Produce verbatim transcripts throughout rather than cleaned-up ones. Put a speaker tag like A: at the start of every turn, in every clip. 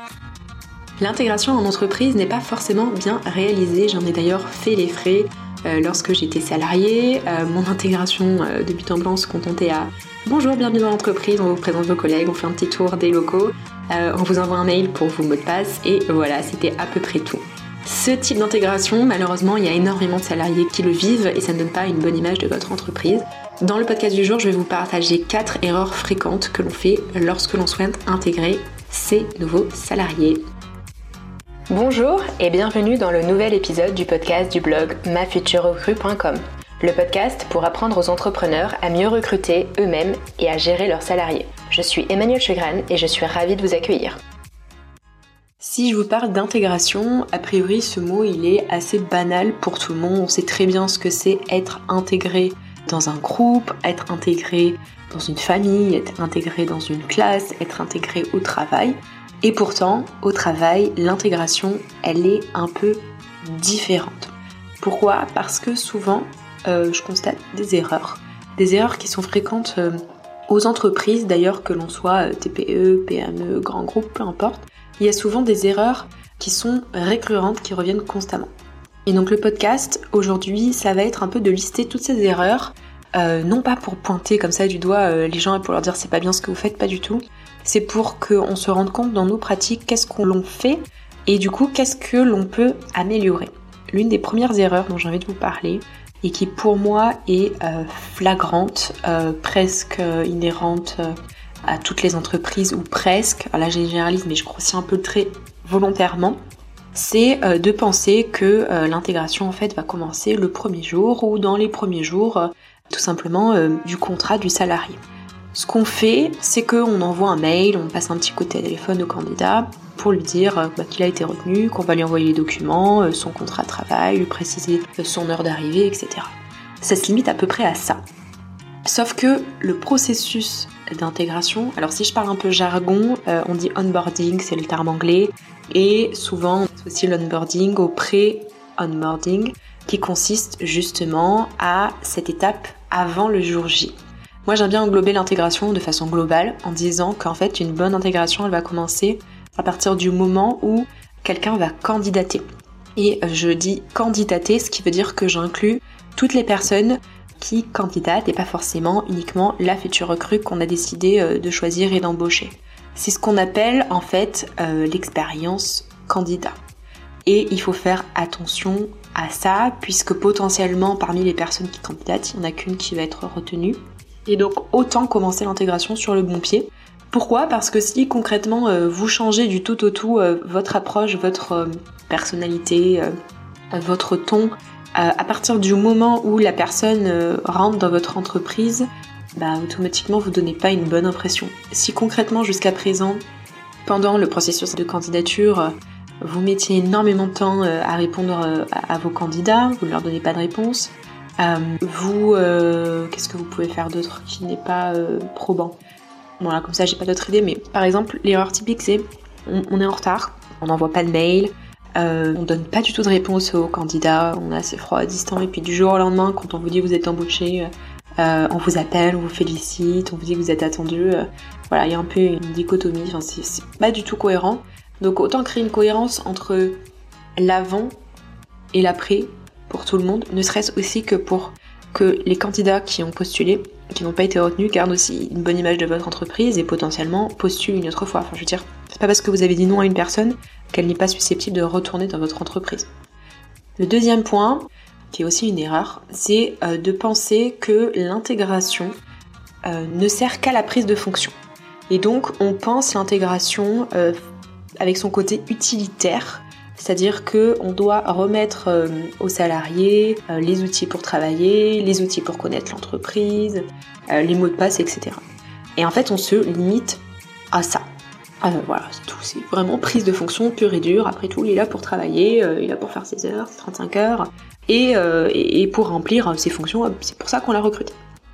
A: L'intégration en entreprise n'est pas forcément bien réalisée, j'en ai d'ailleurs fait les frais euh, lorsque j'étais salariée. Euh, mon intégration euh, de but en blanc se contentait à « Bonjour, bienvenue dans l'entreprise, on vous présente vos collègues, on fait un petit tour des locaux, euh, on vous envoie un mail pour vos mots de passe » et voilà, c'était à peu près tout. Ce type d'intégration, malheureusement, il y a énormément de salariés qui le vivent et ça ne donne pas une bonne image de votre entreprise. Dans le podcast du jour, je vais vous partager quatre erreurs fréquentes que l'on fait lorsque l'on souhaite intégrer ces nouveaux salariés. Bonjour et bienvenue dans le nouvel épisode du podcast du blog ma future recrue point com, le podcast pour apprendre aux entrepreneurs à mieux recruter eux-mêmes et à gérer leurs salariés. Je suis Emmanuelle Chegrane et je suis ravie de vous accueillir. Si je vous parle d'intégration, a priori ce mot il est assez banal pour tout le monde, on sait très bien ce que c'est être intégré dans un groupe, être intégré dans une famille, être intégré dans une classe, être intégré au travail. Et pourtant, au travail, l'intégration, elle est un peu différente. Pourquoi ? Parce que souvent, euh, je constate des erreurs. Des erreurs qui sont fréquentes euh, aux entreprises, d'ailleurs que l'on soit T P E, P M E, grand groupe, peu importe. Il y a souvent des erreurs qui sont récurrentes, qui reviennent constamment. Et donc le podcast, aujourd'hui, ça va être un peu de lister toutes ces erreurs, euh, non pas pour pointer comme ça du doigt euh, les gens et pour leur dire c'est pas bien ce que vous faites, pas du tout. C'est pour qu'on se rende compte dans nos pratiques qu'est-ce qu'on l'on fait et du coup qu'est-ce que l'on peut améliorer. L'une des premières erreurs dont j'ai envie de vous parler et qui pour moi est euh, flagrante, euh, presque euh, inhérente euh, à toutes les entreprises ou presque, là j'ai généralise mais je grossis un peu le trait volontairement, c'est euh, de penser que euh, l'intégration en fait va commencer le premier jour ou dans les premiers jours euh, tout simplement euh, du contrat du salarié. Ce qu'on fait, c'est qu'on envoie un mail, on passe un petit coup de téléphone au candidat pour lui dire euh, bah, qu'il a été retenu, qu'on va lui envoyer les documents, euh, son contrat de travail, lui préciser euh, son heure d'arrivée, et cetera. Ça se limite à peu près à ça. Sauf que le processus d'intégration, alors si je parle un peu jargon, euh, on dit onboarding, c'est le terme anglais, et souvent c'est aussi l'onboarding au pré-onboarding, qui consiste justement à cette étape avant le jour J. Moi j'aime bien englober l'intégration de façon globale en disant qu'en fait une bonne intégration elle va commencer à partir du moment où quelqu'un va candidater. Et je dis candidater, ce qui veut dire que j'inclus toutes les personnes qui candidatent et pas forcément uniquement la future recrue qu'on a décidé de choisir et d'embaucher. C'est ce qu'on appelle en fait euh, l'expérience candidat. Et il faut faire attention à ça puisque potentiellement parmi les personnes qui candidatent, il n'y en a qu'une qui va être retenue. Et donc autant commencer l'intégration sur le bon pied. Pourquoi ? Parce que si concrètement euh, vous changez du tout au tout euh, votre approche, votre euh, personnalité, euh, votre ton, euh, à partir du moment où la personne euh, rentre dans votre entreprise, bah automatiquement vous donnez pas une bonne impression. Si concrètement jusqu'à présent, pendant le processus de candidature, euh, vous mettiez énormément de temps euh, à répondre euh, à, à vos candidats, vous ne leur donnez pas de réponse, Euh, vous, euh, qu'est-ce que vous pouvez faire d'autre qui n'est pas euh, probant ? Voilà, comme ça j'ai pas d'autres idées, mais par exemple, l'erreur typique c'est on, on est en retard, on n'envoie pas de mail, euh, on donne pas du tout de réponse aux candidats, on est assez froid, distant, et puis du jour au lendemain, quand on vous dit que vous êtes embauché, euh, on vous appelle, on vous félicite, on vous dit que vous êtes attendu, euh, voilà, il y a un peu une dichotomie, enfin, c'est, c'est pas du tout cohérent. Donc autant créer une cohérence entre l'avant et l'après, pour tout le monde, ne serait-ce aussi que pour que les candidats qui ont postulé, qui n'ont pas été retenus, gardent aussi une bonne image de votre entreprise et potentiellement postulent une autre fois. Enfin, je veux dire, c'est pas parce que vous avez dit non à une personne qu'elle n'est pas susceptible de retourner dans votre entreprise. Le deuxième point, qui est aussi une erreur, c'est euh, de penser que l'intégration euh, ne sert qu'à la prise de fonction. Et donc, on pense l'intégration euh, avec son côté utilitaire, c'est-à-dire qu'on doit remettre euh, aux salariés euh, les outils pour travailler, les outils pour connaître l'entreprise, euh, les mots de passe, et cetera. Et en fait, on se limite à ça. Euh, voilà, c'est tout. C'est vraiment prise de fonction pure et dure. Après tout, il est là pour travailler, euh, il est là pour faire ses heures, ses trente-cinq heures, et, euh, et, et pour remplir ses fonctions, c'est pour ça qu'on l'a recruté.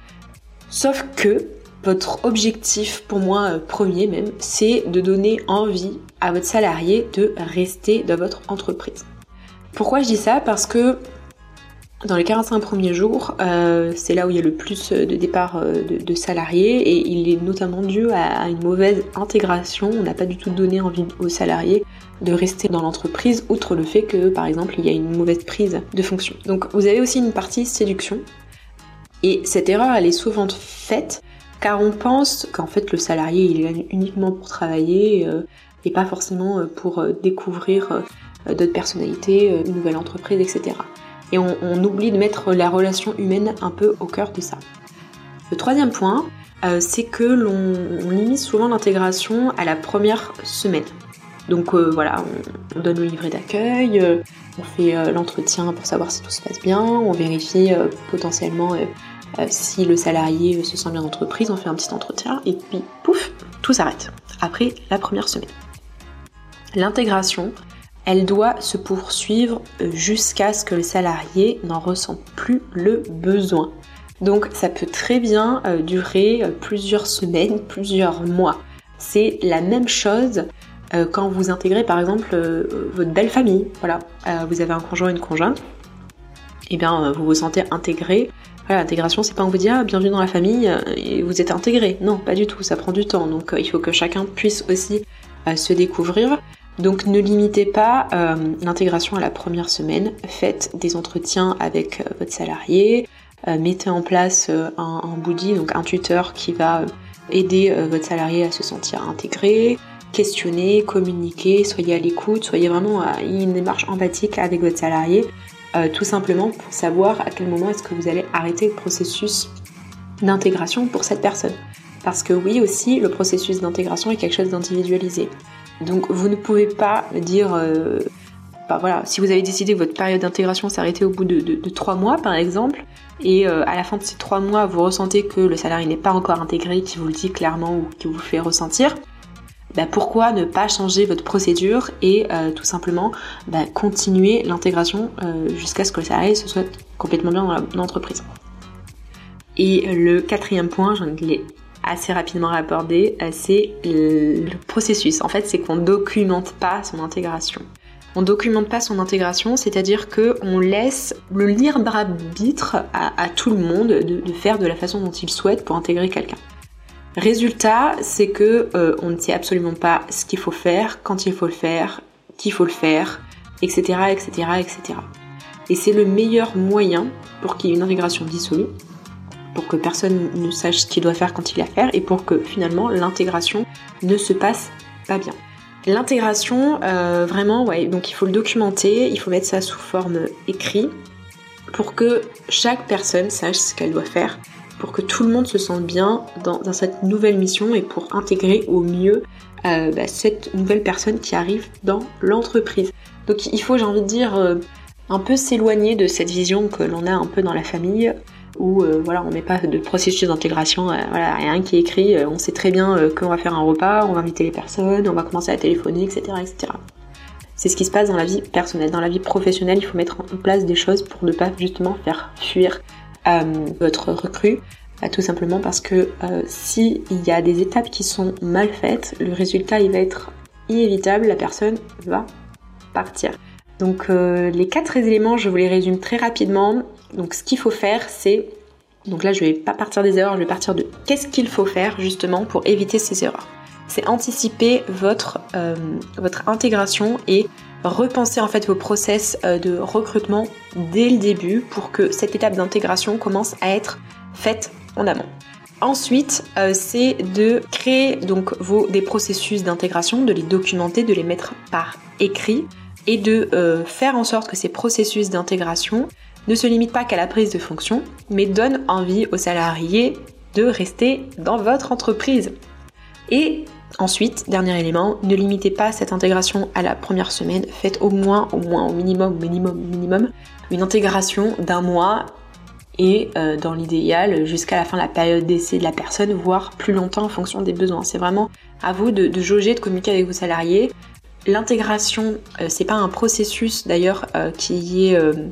A: Sauf que votre objectif, pour moi, euh, premier même, c'est de donner envie à votre salarié de rester dans votre entreprise. Pourquoi je dis ça ? Parce que Dans les quarante-cinq premiers jours, euh, c'est là où il y a le plus de départ euh, de, de salariés et il est notamment dû à, à une mauvaise intégration. On n'a pas du tout donné envie aux salariés de rester dans l'entreprise, outre le fait que, par exemple, il y a une mauvaise prise de fonction. Donc vous avez aussi une partie séduction. Et cette erreur, elle est souvent faite car on pense qu'en fait le salarié, il est là uniquement pour travailler euh, et pas forcément pour euh, découvrir euh, d'autres personnalités, euh, une nouvelle entreprise, et cetera. Et on, on oublie de mettre la relation humaine un peu au cœur de ça. Le troisième point, euh, c'est que l'on on limite souvent l'intégration à la première semaine. Donc euh, voilà, on, on donne le livret d'accueil, euh, on fait euh, l'entretien pour savoir si tout se passe bien, on vérifie euh, potentiellement euh, euh, si le salarié euh, se sent bien en entreprise, on fait un petit entretien et puis pouf, tout s'arrête après la première semaine. L'intégration, elle doit se poursuivre jusqu'à ce que le salarié n'en ressente plus le besoin. Donc ça peut très bien euh, durer plusieurs semaines, plusieurs mois. C'est la même chose euh, quand vous intégrez par exemple euh, votre belle famille. Voilà, euh, vous avez un conjoint et une conjointe, et bien euh, vous vous sentez intégré. Voilà, l'intégration, c'est pas on vous dit ah bienvenue dans la famille euh, et vous êtes intégré. Non, pas du tout, ça prend du temps. Donc euh, il faut que chacun puisse aussi euh, se découvrir. Donc ne limitez pas euh, l'intégration à la première semaine, faites des entretiens avec euh, votre salarié, euh, mettez en place euh, un, un buddy, donc un tuteur qui va euh, aider euh, votre salarié à se sentir intégré, questionnez, communiquez, soyez à l'écoute, soyez vraiment à une démarche empathique avec votre salarié, euh, tout simplement pour savoir à quel moment est-ce que vous allez arrêter le processus d'intégration pour cette personne. Parce que oui aussi, le processus d'intégration est quelque chose d'individualisé. Donc vous ne pouvez pas dire, euh, bah voilà, si vous avez décidé que votre période d'intégration s'arrêtait au bout de, de, de trois mois par exemple, et euh, à la fin de ces trois mois vous ressentez que le salarié n'est pas encore intégré, qui vous le dit clairement ou qui vous le fait ressentir, bah pourquoi ne pas changer votre procédure et euh, tout simplement bah, continuer l'intégration euh, jusqu'à ce que le salarié se soit complètement bien dans, la, dans l'entreprise. Et le quatrième point, j'en ai assez rapidement abordé, c'est le processus. En fait, c'est qu'on documente pas son intégration. On documente pas son intégration, c'est-à-dire qu'on laisse le libre arbitre à, à tout le monde de, de faire de la façon dont il souhaite pour intégrer quelqu'un. Résultat, c'est que euh, on ne sait absolument pas ce qu'il faut faire, quand il faut le faire, qu'il faut le faire, et cetera, et cetera, et cetera. Et c'est le meilleur moyen pour qu'il y ait une intégration dissolue, pour que personne ne sache ce qu'il doit faire quand il a à faire et pour que finalement l'intégration ne se passe pas bien. L'intégration, euh, vraiment, ouais, donc il faut le documenter, il faut mettre ça sous forme écrite pour que chaque personne sache ce qu'elle doit faire, pour que tout le monde se sente bien dans, dans cette nouvelle mission et pour intégrer au mieux euh, bah, cette nouvelle personne qui arrive dans l'entreprise. Donc il faut, j'ai envie de dire, euh, un peu s'éloigner de cette vision que l'on a un peu dans la famille, où euh, voilà, on met pas de processus d'intégration, euh, voilà, rien qui est écrit, euh, on sait très bien euh, qu'on va faire un repas, on va inviter les personnes, on va commencer à téléphoner, et cetera, et cetera. C'est ce qui se passe dans la vie personnelle. Dans la vie professionnelle, il faut mettre en place des choses pour ne pas justement faire fuir euh, votre recrue, bah, tout simplement parce que euh, s'il y a des étapes qui sont mal faites, le résultat il va être inévitable, la personne va partir. Donc euh, les quatre éléments, je vous les résume très rapidement. Donc ce qu'il faut faire, c'est... Donc là, je vais pas partir des erreurs, je vais partir de qu'est-ce qu'il faut faire justement pour éviter ces erreurs. C'est anticiper votre, euh, votre intégration et repenser en fait vos process euh, de recrutement dès le début pour que cette étape d'intégration commence à être faite en amont. Ensuite, euh, c'est de créer donc vos, des processus d'intégration, de les documenter, de les mettre par écrit et de euh, faire en sorte que ces processus d'intégration ne se limitent pas qu'à la prise de fonction, mais donnent envie aux salariés de rester dans votre entreprise. Et ensuite, dernier élément, ne limitez pas cette intégration à la première semaine, faites au moins, au moins, au minimum, au minimum, au minimum, une intégration d'un mois et euh, dans l'idéal jusqu'à la fin de la période d'essai de la personne, voire plus longtemps en fonction des besoins. C'est vraiment à vous de, de jauger, de communiquer avec vos salariés. L'intégration, euh, c'est pas un processus d'ailleurs euh, qui est euh,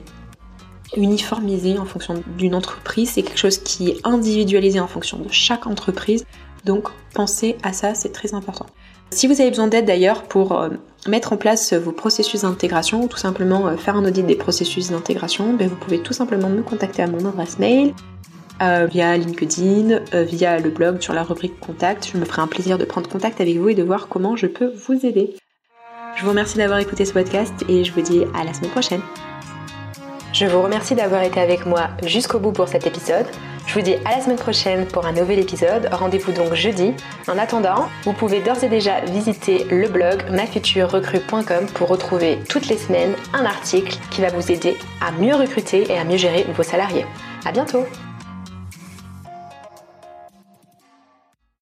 A: uniformisé en fonction d'une entreprise, c'est quelque chose qui est individualisé en fonction de chaque entreprise. Donc pensez à ça, c'est très important. Si vous avez besoin d'aide d'ailleurs pour euh, mettre en place vos processus d'intégration ou tout simplement euh, faire un audit des processus d'intégration, ben, vous pouvez tout simplement me contacter à mon adresse mail, euh, via LinkedIn, euh, via le blog sur la rubrique Contact. Je me ferai un plaisir de prendre contact avec vous et de voir comment je peux vous aider. Je vous remercie d'avoir écouté ce podcast et je vous dis à la semaine prochaine. Je vous remercie d'avoir été avec moi jusqu'au bout pour cet épisode. Je vous dis à la semaine prochaine pour un nouvel épisode. Rendez-vous donc jeudi. En attendant, vous pouvez d'ores et déjà visiter le blog ma future recrue point com pour retrouver toutes les semaines un article qui va vous aider à mieux recruter et à mieux gérer vos salariés. À bientôt!